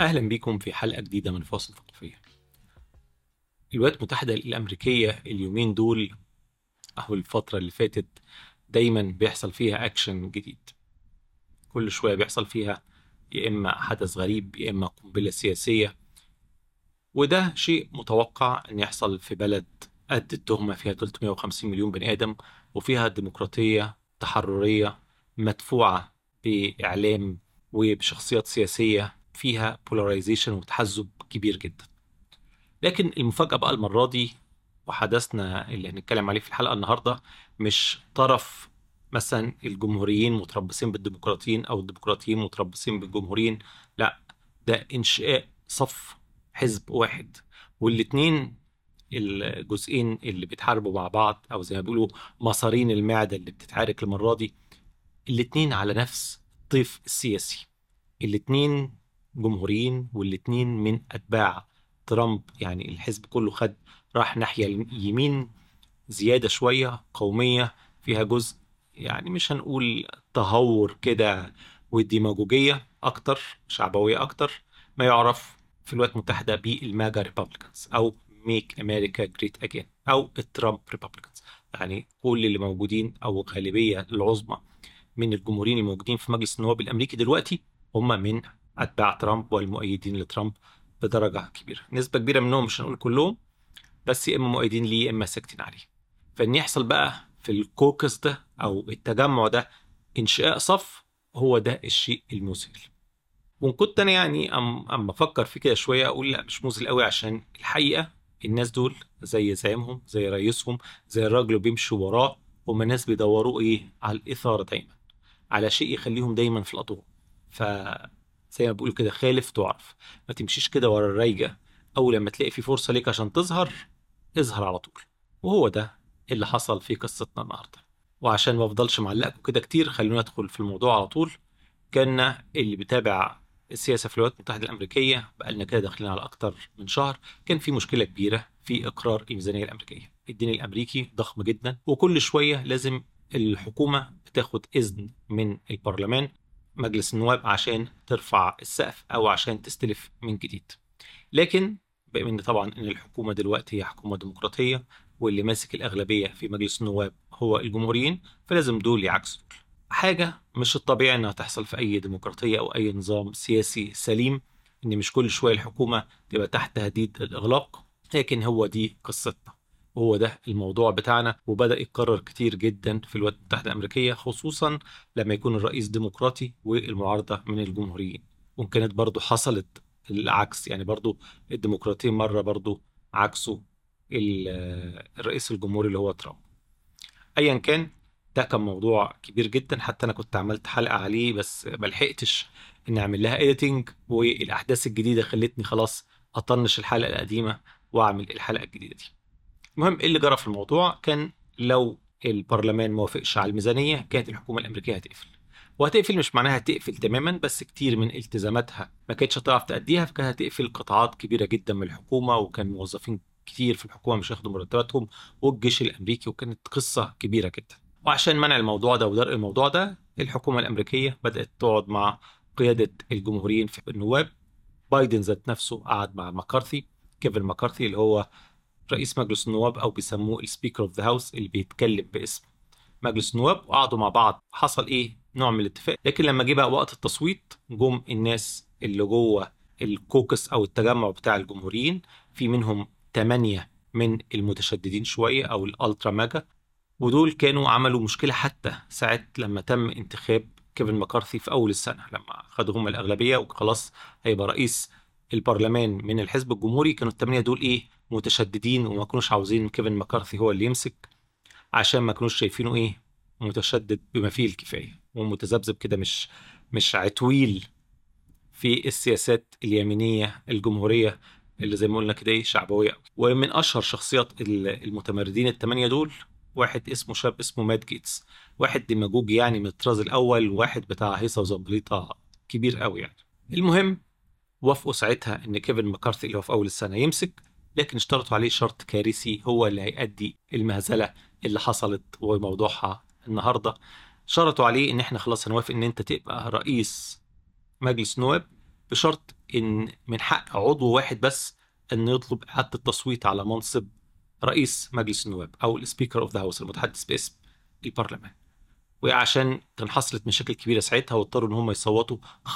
أهلا بكم في حلقة جديدة من فاصل ثقافية. الولايات المتحدة الأمريكية اليومين دول أو الفترة اللي فاتت دايما بيحصل فيها أكشن جديد. كل شوية بيحصل فيها يا إما حدث غريب يا إما قنبلة سياسية، وده شيء متوقع أن يحصل في بلد قد التهمة فيها 350 مليون بني آدم، وفيها ديمقراطية تحررية مدفوعة بإعلام وبشخصيات سياسية فيها polarization وتحزب كبير جدا. لكن المفاجأة بقى المرة دي، وحدثنا اللي هنتكلم عليه في الحلقة النهاردة، مش طرف مثلا الجمهوريين متربصين بالديمقراطيين أو الديمقراطيين متربصين بالجمهوريين، لا، ده إنشاء صف حزب واحد، والاتنين الجزئين اللي بيتحاربوا مع بعض أو زي ما بيقولوا مصارين المعدة اللي بتتعارك المرة دي، الاتنين على نفس الطيف السياسي. الاتنين جمهوريين والاتنين من أتباع ترامب، يعني الحزب كله راح ناحية اليمين زيادة شوية قومية، فيها جزء يعني مش هنقول تهور كده، وديماغوجية أكتر، شعبوية أكتر، ما يعرف في الولايات المتحدة بالماجا ريبابليكانز أو ميك أمريكا جريت أجين أو الترامب ريبابليكانز. يعني كل اللي موجودين أو الغالبية العظمى من الجمهوريين الموجودين في مجلس النواب الأمريكي دلوقتي هم من أتباع ترامب والمؤيدين لترامب بدرجة كبيرة. نسبة كبيرة منهم، مش هنقول كلهم، بس يا إما مؤيدين ليه يا إما ساكتين عليه. فإن يحصل بقى في الكوكس ده أو التجمع ده إنشاء صف، هو ده الشيء المذهل. وإن كنت أنا يعني أما أفكر في كده شوية أقول لا، مش مذهل قوي، عشان الحقيقة الناس دول زي زعيمهم زي رئيسهم زي الراجل اللي بيمشوا وراه، هم ناس بيدوروا إيه على الإثارة دايما، على شيء يخليهم دايما في الأضواء. فزي ما بقول كده، خالف تعرف، ما تمشيش كده ورا الرايجة، أول لما تلاقي في فرصة ليك عشان تظهر اظهر على طول. وهو ده اللي حصل في قصتنا النهاردة. وعشان ما افضلش معلقكم كده كتير، خلونا ندخل في الموضوع على طول. كان اللي بيتابع السياسة في الولايات المتحدة الأمريكية بقالنا كده داخلين على أكتر من شهر، كان في مشكلة كبيرة في إقرار الميزانية الأمريكية. الدين الأمريكي ضخم جدا، وكل شوية لازم الحكومة بتاخد إذن من البرلمان، مجلس النواب، عشان ترفع السقف أو عشان تستلف من جديد. لكن بما ان طبعا ان الحكومه دلوقتي هي حكومه ديمقراطيه، واللي ماسك الاغلبيه في مجلس النواب هو الجمهوريين، فلازم دول يعكسوا دول. حاجه مش الطبيعي انها تحصل في اي ديمقراطيه او اي نظام سياسي سليم، ان مش كل شويه الحكومه تبقى تحت تهديد الاغلاق. لكن هو دي قصتنا، وهو ده الموضوع بتاعنا، وبدأ يتكرر كتير جدا في الولايات المتحدة الأمريكية، خصوصا لما يكون الرئيس ديمقراطي والمعارضة من الجمهوريين. وكانت برضو حصلت العكس، يعني برضو الديمقراطيين مرة برضو عكسوا الرئيس الجمهوري اللي هو ترامب. ايا كان، ده كان موضوع كبير جدا، حتى انا كنت عملت حلقة عليه بس ما لحقتش اني اعمل لها editing، والاحداث الجديدة خلتني خلاص اطنش الحلقة القديمة واعمل الحلقة الجديدة دي. المهم، ايه اللي جرى في الموضوع؟ كان لو البرلمان ما وافقش على الميزانية كانت الحكومة الأمريكية هتقفل. وهتقفل مش معناها هتقفل تماما، بس كتير من التزاماتها ما كانتش هتعرف تأديها، فكانت هتقفل قطاعات كبيرة جدا من الحكومة، وكان موظفين كتير في الحكومة مش هياخدوا مرتباتهم، والجيش الأمريكي، وكانت قصة كبيرة جدا. وعشان منع الموضوع ده ودرء الموضوع ده، الحكومة الأمريكية بدأت تقعد مع قيادة الجمهوريين في النواب. بايدن ذات نفسه قعد مع مكارثي، كيفن مكارثي، اللي هو رئيس مجلس النواب، او بيسموه السبيكر اوف ذا هاوس، اللي بيتكلم باسم مجلس النواب. وقعدوا مع بعض، حصل ايه نوع من الاتفاق. لكن لما جه بقى وقت التصويت، جم الناس اللي جوه الكوكس او التجمع بتاع الجمهوريين، في منهم 8 من المتشددين شويه او الالترا ماجا، ودول كانوا عملوا مشكله حتى ساعه لما تم انتخاب كيفن مكارثي في اول السنه، لما خدوا هم الاغلبيه وخلاص هيبقى رئيس البرلمان من الحزب الجمهوري. كانوا الثمانيه دول ايه، متشددين، وما كانوش عاوزين كيفن مكارثي هو اللي يمسك، عشان ما كانوش شايفينه ايه، متشدد بما فيه الكفايه ومتذبذب كده، مش عتويل في السياسات اليمينيه الجمهوريه اللي زي ما قلنا كده ايه، شعبويه قوي. ومن اشهر شخصيات المتمردين الثمانيه دول، واحد اسمه شاب اسمه مات جيتس، واحد ديماجوجي يعني من الطراز الاول، واحد بتاع هيصه وزمبليطه كبير قوي يعني. المهم، وافقوا ساعتها ان كيفن مكارثي اللي هو في اول السنه يمسك، لكن اشترطوا عليه شرط كارثي هو اللي هيؤدي المهزله اللي حصلت وموضوعها النهارده. شرطوا عليه ان احنا خلاص هنوافق ان انت تبقى رئيس مجلس نواب، بشرط ان من حق عضو واحد بس ان يطلب اعاده التصويت على منصب رئيس مجلس النواب او السبيكر اوف ذا هاوس، المتحدث باسم البرلمان. وعشان كان حصلت مشاكل كبيره ساعتها واضطروا ان هم يصوتوا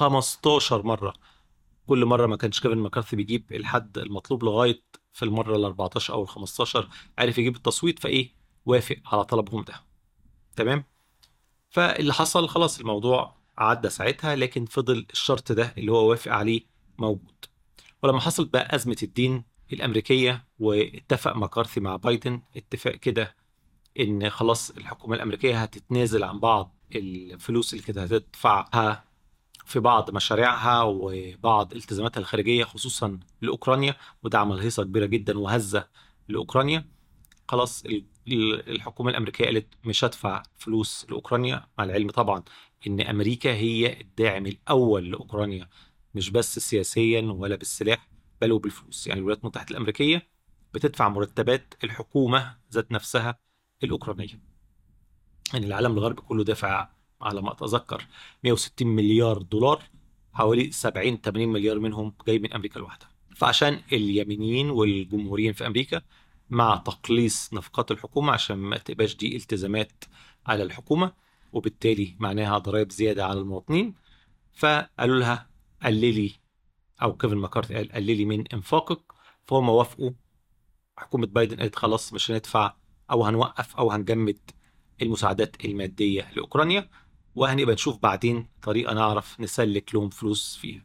15 مره، كل مره ما كانش كيفن مكارثي بيجيب الحد المطلوب، لغايه في المره ال 14 او ال 15 عرف يجيب التصويت، فايه وافق على طلبهم ده. تمام. فاللي حصل خلاص الموضوع عدى ساعتها، لكن فضل الشرط ده اللي هو وافق عليه موجود. ولما حصلت بقى أزمة الدين الأمريكية، واتفق مكارثي مع بايدن اتفاق كده إن خلاص الحكومة الأمريكية هتتنازل عن بعض الفلوس اللي كانت هتدفعها في بعض مشاريعها وبعض التزاماتها الخارجية خصوصا لأوكرانيا، وده عمل هيصة كبيرة جدا وهزة لأوكرانيا. خلاص الحكومة الأمريكية قالت مش هدفع فلوس لأوكرانيا، مع العلم طبعا إن أمريكا هي الداعم الأول لأوكرانيا، مش بس سياسيا ولا بالسلاح بل وبالفلوس. يعني الولايات المتحدة الأمريكية بتدفع مرتبات الحكومة ذات نفسها الأوكرانية. يعني العالم الغربي كله دفع على ما أتذكر 160 مليار دولار، حوالي 70 80 مليار منهم جاي من أمريكا لوحدها. فعشان اليمينيين والجمهوريين في أمريكا مع تقليص نفقات الحكومة عشان ما تبقاش دي التزامات على الحكومة وبالتالي معناها ضرائب زيادة على المواطنين، فقالوا لها قللي، أو كيفن ماكارثي قال قللي من إنفاقك. فهم وافقوا. حكومة بايدن قالت خلاص مش هندفع أو هنوقف أو هنجمد المساعدات المادية لأوكرانيا، وهنبقى نشوف بعدين طريقة نعرف نسلك لهم فلوس فيها.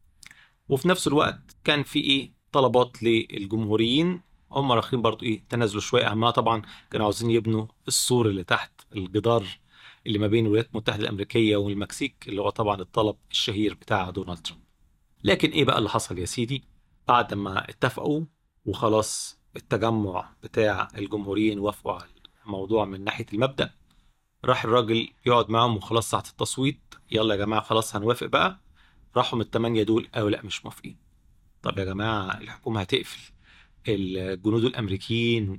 وفي نفس الوقت كان في طلبات للجمهوريين، هم رايحين برضو تنازلوا شويه، اهمها طبعا كانوا عاوزين يبنوا السور اللي تحت الجدار اللي ما بين الولايات المتحده الامريكيه والمكسيك، اللي هو طبعا الطلب الشهير بتاع دونالد ترامب. لكن ايه بقى اللي حصل يا سيدي؟ بعد ما اتفقوا وخلاص التجمع بتاع الجمهوريين وافقوا على الموضوع من ناحيه المبدأ، راح الراجل يقعد معاهم وخلاص ساعه التصويت، يلا يا جماعه خلاص هنوافق بقى. راحوا من الثمانيه دول قالوا لا مش موافقين. طب يا جماعة الحكومة هتقفل، الجنود الأمريكيين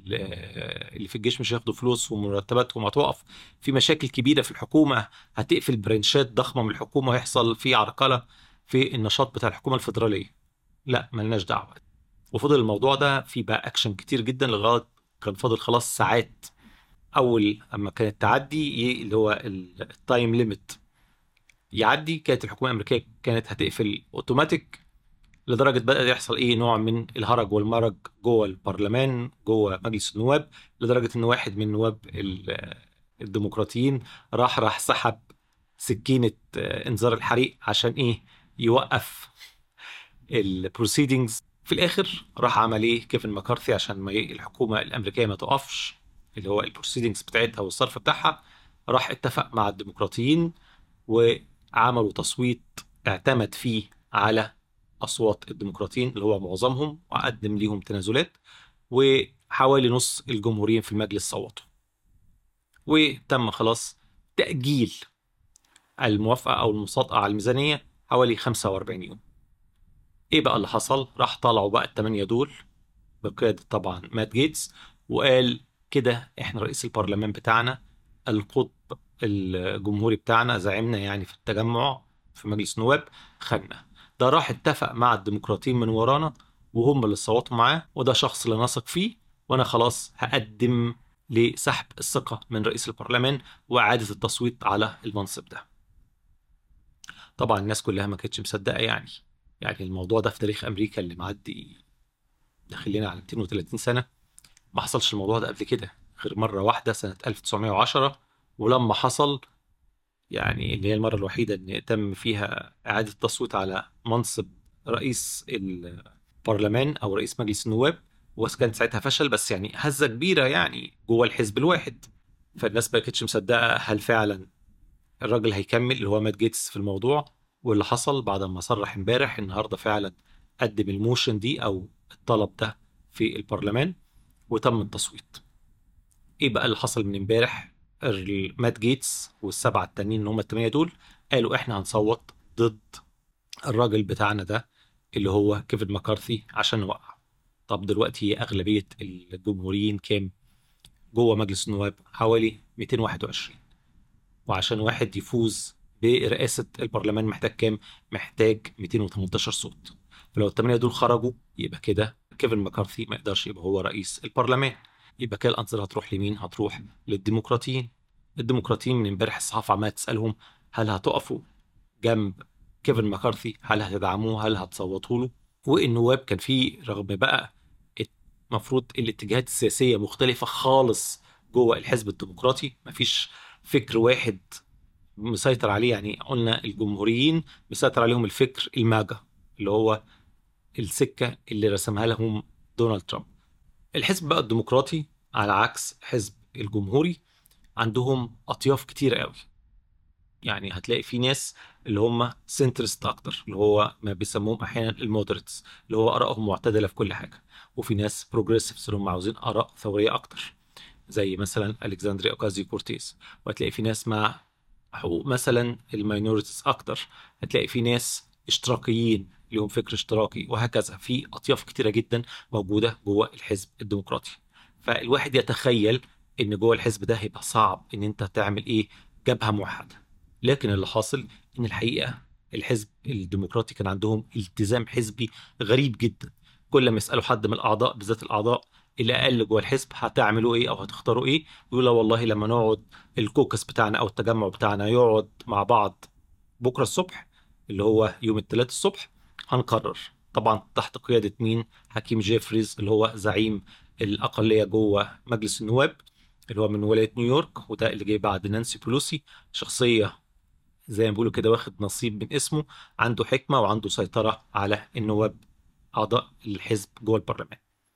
اللي في الجيش مش هياخدوا فلوس ومرتباتهم هتقف، في مشاكل كبيرة في الحكومة، هتقفل برنشات ضخمة من الحكومة ويحصل في عرقلة في النشاط بتاع الحكومة الفيدرالية. لا ملناش دعوة. وفضل الموضوع ده في بقى أكشن كتير جدا لغاية كان فاضل خلاص ساعات. أول أما كانت تعدي اللي هو التايم ليميت يعدي، كانت الحكومة الأمريكية كانت هتقفل أوتوماتيك، لدرجة بدأ يحصل نوع من الهرج والمرج جوه البرلمان جوه مجلس النواب، لدرجة ان واحد من نواب الديمقراطيين راح سحب سكينة انذار الحريق عشان يوقف البروسيدنجز. في الاخر راح عمل كيفن مكارثي عشان ما الحكومة الامريكية ما تقفش اللي هو البروسيدنجز بتاعتها والصرف بتاعها، راح اتفق مع الديمقراطيين وعملوا تصويت اعتمد فيه على أصوات الديمقراطيين اللي هو معظمهم، وقدم ليهم تنازلات، وحوالي نص الجمهوريين في المجلس صوتوا، وتم خلاص تأجيل الموافقة أو المصادقة على الميزانية حوالي 45 يوم. إيه بقى اللي حصل؟ راح طلعوا بقى الثمانية دول بقيادة طبعا مات جيتس، وقال كده إحنا رئيس البرلمان بتاعنا القطب الجمهوري بتاعنا زعيمنا يعني في التجمع في مجلس النواب خدنا. ده راح اتفق مع الديمقراطيين من ورانا وهم اللي صوتوا معاه، وده شخص لا نثق فيه، وانا خلاص هقدم لسحب الثقة من رئيس البرلمان وإعادة التصويت على المنصب ده. طبعا الناس كلها ما كانتش مصدقة يعني الموضوع ده في تاريخ أمريكا اللي معدي داخل لنا على 230 سنة ما حصلش الموضوع ده قبل كده غير مرة واحدة سنة 1910. ولما حصل يعني اللي هي المرة الوحيدة ان تم فيها إعادة التصويت على منصب رئيس البرلمان أو رئيس مجلس النواب، وكان ساعتها فشل، بس يعني هزة كبيرة يعني جوه الحزب الواحد. فالناس ما كانتش مصدقة هل فعلا الراجل هيكمل اللي هو مات جيتس في الموضوع. واللي حصل بعد ما صرح امبارح النهارده فعلا قدم الموشن دي أو الطلب ده في البرلمان وتم التصويت. ايه بقى اللي حصل من امبارح؟ مات جيتس والسبعه التانيين اللي هم الثمانيه دول قالوا احنا هنصوت ضد الراجل بتاعنا ده اللي هو كيفن مكارثي عشان نوقع. طب دلوقتي هي اغلبيه الجمهوريين كام جوه مجلس النواب؟ حوالي 221. وعشان واحد يفوز برئاسة البرلمان محتاج كام؟ محتاج 218 صوت. فلو الثمانية دول خرجوا يبقى كده كيفن مكارثي ما يقدرش يبقى هو رئيس البرلمان. يبقى كده الأنظار هتروح لمين؟ هتروح للديمقراطيين. الديمقراطيين من امبارح الصحافة عمالة تسألهم هل هتقفوا جنب كيفن مكارثي؟ هل هتدعموه؟ هل هتصوتوا له؟ والنواب كان فيه رغم بقى المفروض الاتجاهات السياسية مختلفة خالص جوه الحزب الديمقراطي، مفيش فكر واحد مسيطر عليه. يعني قلنا الجمهوريين مسيطر عليهم الفكر الماجا اللي هو السكة اللي رسمها لهم دونالد ترامب. الحزب بقى الديمقراطي على عكس حزب الجمهوري عندهم أطياف كتير قوي. يعني هتلاقي في ناس اللي هم سنترست اكتر، اللي هو ما بيسموهم احيانا المودريتس، اللي هو ارائهم معتدله في كل حاجه. وفي ناس بروجريسيفز اللي هم عاوزين اراء ثوريه اكتر، زي مثلا الكسندريا اوكازيو كورتيز. وهتلاقي في ناس مع حقوق مثلا الماينورتيز اكتر. هتلاقي في ناس اشتراكيين لهم فكر اشتراكي، وهكذا. في اطياف كتيره جدا موجوده جوه الحزب الديمقراطي. فالواحد يتخيل ان جوه الحزب ده هيبقى صعب ان انت تعمل ايه؟ جبهه موحده. لكن اللي حاصل ان الحقيقه الحزب الديمقراطي كان عندهم التزام حزبي غريب جدا. كل ما يسالوا حد من الاعضاء، بالذات الاعضاء اللي اقل جوه الحزب، هتعملوا ايه او هتختاروا ايه؟ يقول لا والله لما نقعد الكوكس بتاعنا او التجمع بتاعنا يقعد مع بعض بكره الصبح، اللي هو يوم الثلاث الصبح، هنقرر. طبعا تحت قياده مين؟ حكيم جيفريز اللي هو زعيم الاقليه جوه مجلس النواب، اللي هو من ولايه نيويورك، وده اللي جاي بعد نانسي بولوسي. شخصيه زي ما بيقولوا كده واخد نصيب من اسمه، عنده حكمه وعنده سيطره على النواب اعضاء الحزب جوه البرلمان.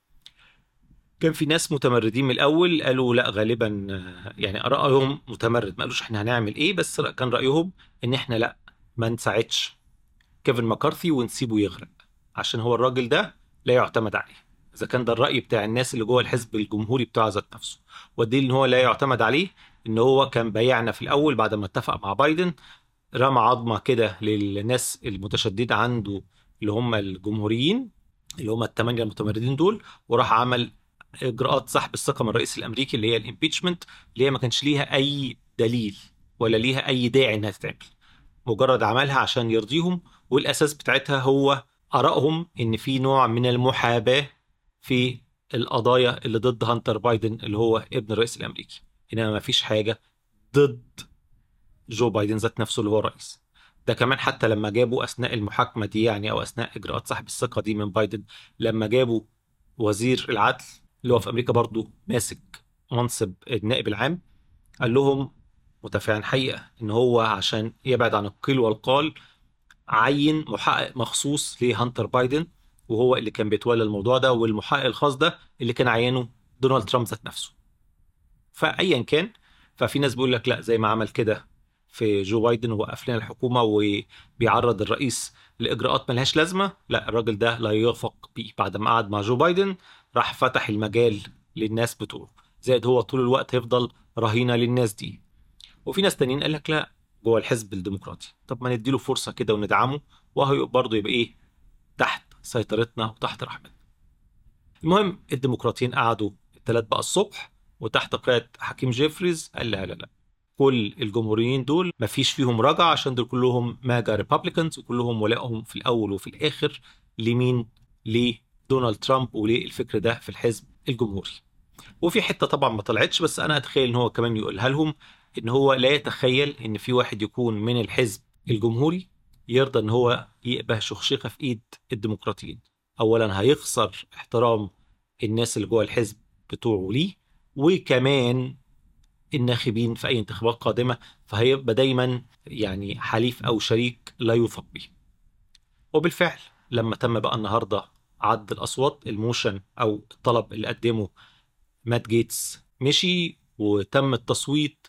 كان في ناس متمردين من الاول قالوا لا غالبا، يعني رايهم متمرد، ما قالوش احنا هنعمل ايه، بس كان رايهم ان احنا لا، ما نساعدش كيفن مكارثي ونسيبه يغرق، عشان هو الراجل ده لا يعتمد عليه. اذا كان ده الراي بتاع الناس اللي جوه الحزب الجمهوري بتاع ذات نفسه، والدليل ان هو لا يعتمد عليه ان هو كان بايعنا في الاول بعد ما اتفق مع بايدن، رمى عظمه كده للناس المتشدده عنده اللي هم الجمهوريين، اللي هم الثمانيه المتمردين دول، وراح عمل اجراءات سحب الثقه من الرئيس الامريكي اللي هي الامبيتشمنت، اللي هي ما كانش ليها اي دليل ولا ليها اي داعي انها تتعمل، مجرد عملها عشان يرضيهم. والاساس بتاعتها هو ارائهم ان في نوع من المحاباه في القضايا اللي ضد هانتر بايدن اللي هو ابن الرئيس الامريكي، انما ما فيش حاجه ضد جو بايدن ذات نفسه اللي هو الرئيس. ده كمان حتى لما جابوا اثناء المحاكمه دي، يعني او اثناء اجراءات سحب الثقه دي من بايدن، لما جابوا وزير العدل اللي هو في امريكا برضو ماسك منصب النائب العام، قال لهم مدافعا حقيقه ان هو عشان يبعد عن القيل والقال عين محقق مخصوص لهانتر بايدن، وهو اللي كان بيتولى الموضوع ده، والمحقق الخاص ده اللي كان عينه دونالد ترامب ذات نفسه. فايا كان، ففي ناس بيقول لك لا، زي ما عمل كده في جو بايدن ووقف لنا الحكومه وبيعرض الرئيس لاجراءات ملهاش لازمه، لا، الراجل ده لا يوافق بيه. بعد ما قعد مع جو بايدن راح فتح المجال للناس بتوعه، زائد هو طول الوقت هيفضل رهينه للناس دي. وفي ناس تانيين قال لك لا، جوه الحزب الديمقراطي طب ما نديله فرصه كده وندعمه، وهو برضه يبقى ايه؟ تحت سيطرتنا وتحت رحمتنا. المهم الديمقراطيين قعدوا الثلاث بقى الصبح، وتحت قيادة حكيم جيفريز قال لا لا لا، كل الجمهوريين دول مفيش فيهم رجعة، عشان دول كلهم ماجا ريبابليكانز، وكلهم ولائهم في الأول وفي الآخر لمين؟ لدونالد ترامب وللفكر ده في الحزب الجمهوري. وفي حتة طبعا ما طلعتش، بس أنا أتخيل إن هو كمان يقولها لهم، إن هو لا يتخيل إن في واحد يكون من الحزب الجمهوري يرضى إن هو يقبه شخشيخة في إيد الديمقراطيين. أولا هيخسر احترام الناس اللي جوه الحزب بتوعه ليه، وكمان الناخبين في أي انتخابات قادمة، فهيبقى دايما يعني حليف أو شريك لا يوثق به. وبالفعل لما تم بقى النهاردة عد الأصوات، الموشن أو الطلب اللي قدمه مات جيتس مشي وتم التصويت،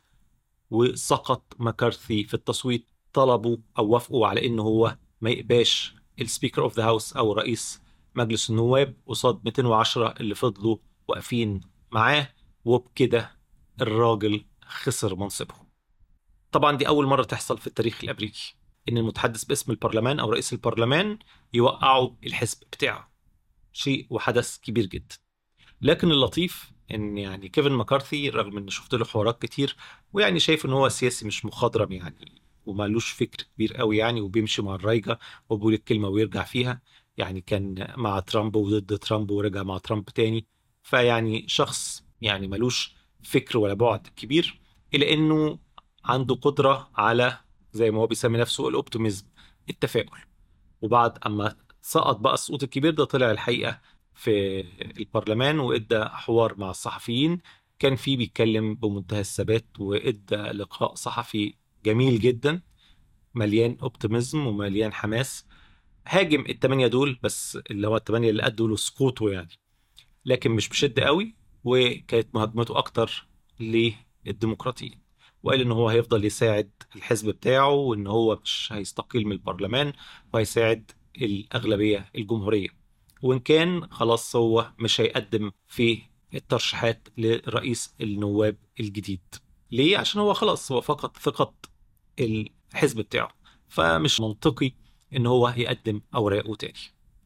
وسقط مكارثي في التصويت. طلبوا أو وافقوا على إنه هو ما يقباش السبيكر اوف ذا هاوس أو رئيس مجلس النواب قصاد 210 اللي فضلوا واقفين معاه، وبكده الراجل خسر منصبه. طبعا دي أول مرة تحصل في التاريخ الأمريكي إن المتحدث باسم البرلمان أو رئيس البرلمان يوقعوا الحزب بتاعه، شيء وحدث كبير جدا. لكن اللطيف ان كيفن مكارثي، رغم ان شفت له حوارات كتير ويعني شايف ان هو سياسي مش مخضرم يعني ومالوش فكر كبير قوي يعني، وبيمشي مع الرايجة وبيقول الكلمة ويرجع فيها. يعني كان مع ترامب وضد ترامب ورجع مع ترامب تاني. فيعني شخص يعني مالوش فكر ولا بعد كبير، إلا إنه عنده قدرة على، زي ما هو بيسمي نفسه، الأوبتيميزم، التفاؤل. وبعد أما سقط بقى السقوط الكبير ده، طلع الحقيقة في البرلمان وإدى حوار مع الصحفيين، كان فيه بيتكلم بمنتهى الثبات، وإدى لقاء صحفي جميل جدا، مليان اوبتيميزم ومليان حماس. هاجم التمانية دول، بس اللي هو التمانية اللي أدوا له سقوطه يعني، لكن مش بشدة قوي. وكانت مهاجمته أكتر للديمقراطيين، وقال إن هو هيفضل يساعد الحزب بتاعه، وإن هو مش هيستقيل من البرلمان، وهيساعد الأغلبية الجمهورية، وإن كان خلاص هو مش هيقدم في الترشيحات لرئيس النواب الجديد. ليه؟ عشان هو خلاص هو فقد ثقة الحزب بتاعه، فمش منطقي إن هو يقدم أوراقه تاني.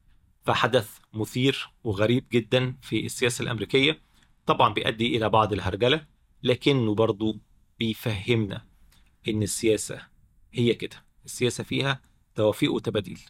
فحدث مثير وغريب جدا في السياسة الأمريكية، طبعا بيؤدي إلى بعض الهرجلة، لكنه برضو بيفهمنا إن السياسة هي كده، السياسة فيها توافيق وتباديل.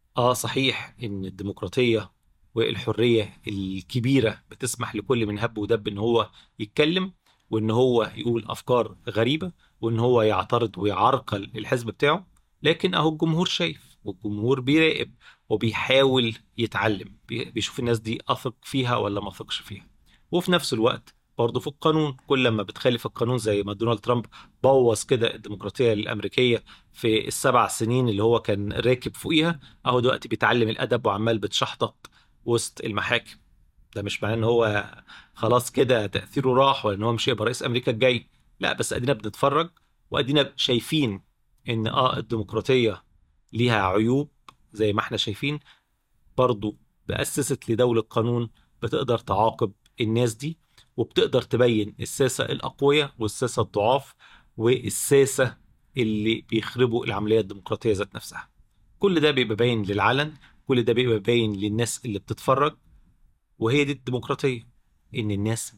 صحيح إن الديمقراطية والحرية الكبيرة بتسمح لكل من هب ودب إن هو يتكلم، وإن هو يقول أفكار غريبة، وإن هو يعترض ويعرقل الحزب بتاعه. لكن أهو الجمهور شايف، والجمهور بيراقب وبيحاول يتعلم، بيشوف الناس دي أثق فيها ولا ما أثقش فيها. وفي نفس الوقت برضه في القانون، كل ما بتخالف القانون زي ما دونالد ترامب بوظ كده الديمقراطية الأمريكية في ال7 سنين اللي هو كان راكب فوقيها، اهو دلوقتي بيتعلم الادب وعمال بتشحطط وسط المحاكم. ده مش معناه ان هو خلاص كده تاثيره راح، ولا ان هو مش هيبقى رئيس امريكا الجاي. لا، بس ادينا بنتفرج، وادينا شايفين ان الديمقراطيه ليها عيوب زي ما احنا شايفين. برضو تأسست لدولة قانون بتقدر تعاقب الناس دي، وبتقدر تبين الساسة الأقوياء والساسة الضعاف، والساسة اللي بيخربوا العملية الديمقراطية ذات نفسها. كل ده بيبقى باين للعلن، كل ده بيبقى باين للناس اللي بتتفرج. وهي دي الديمقراطية، إن الناس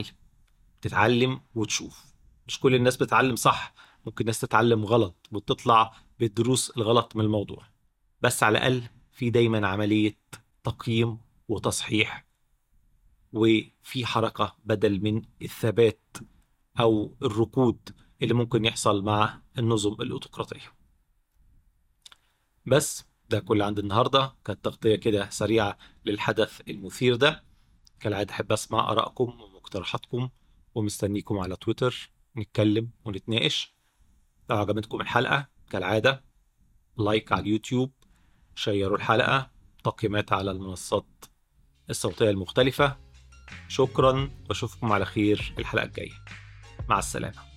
بتتعلم وتشوف. مش كل الناس بتتعلم صح، ممكن الناس تتعلم غلط وتطلع بالدروس الغلط من الموضوع، بس على الأقل في دايما عملية تقييم وتصحيح، وفي حركة بدل من الثبات أو الركود اللي ممكن يحصل مع النظم الأوتقراطية. بس ده كل عند النهاردة، كانت تغطية كده سريعة للحدث المثير ده. كالعادة أحب أسمع آرائكم ومقترحاتكم، ومستنيكم على تويتر نتكلم ونتناقش. لو عجبتكم الحلقة كالعادة، لايك على اليوتيوب، شيروا الحلقة، تقييمات على المنصات الصوتية المختلفة. شكرا، واشوفكم على خير الحلقة الجاية. مع السلامة.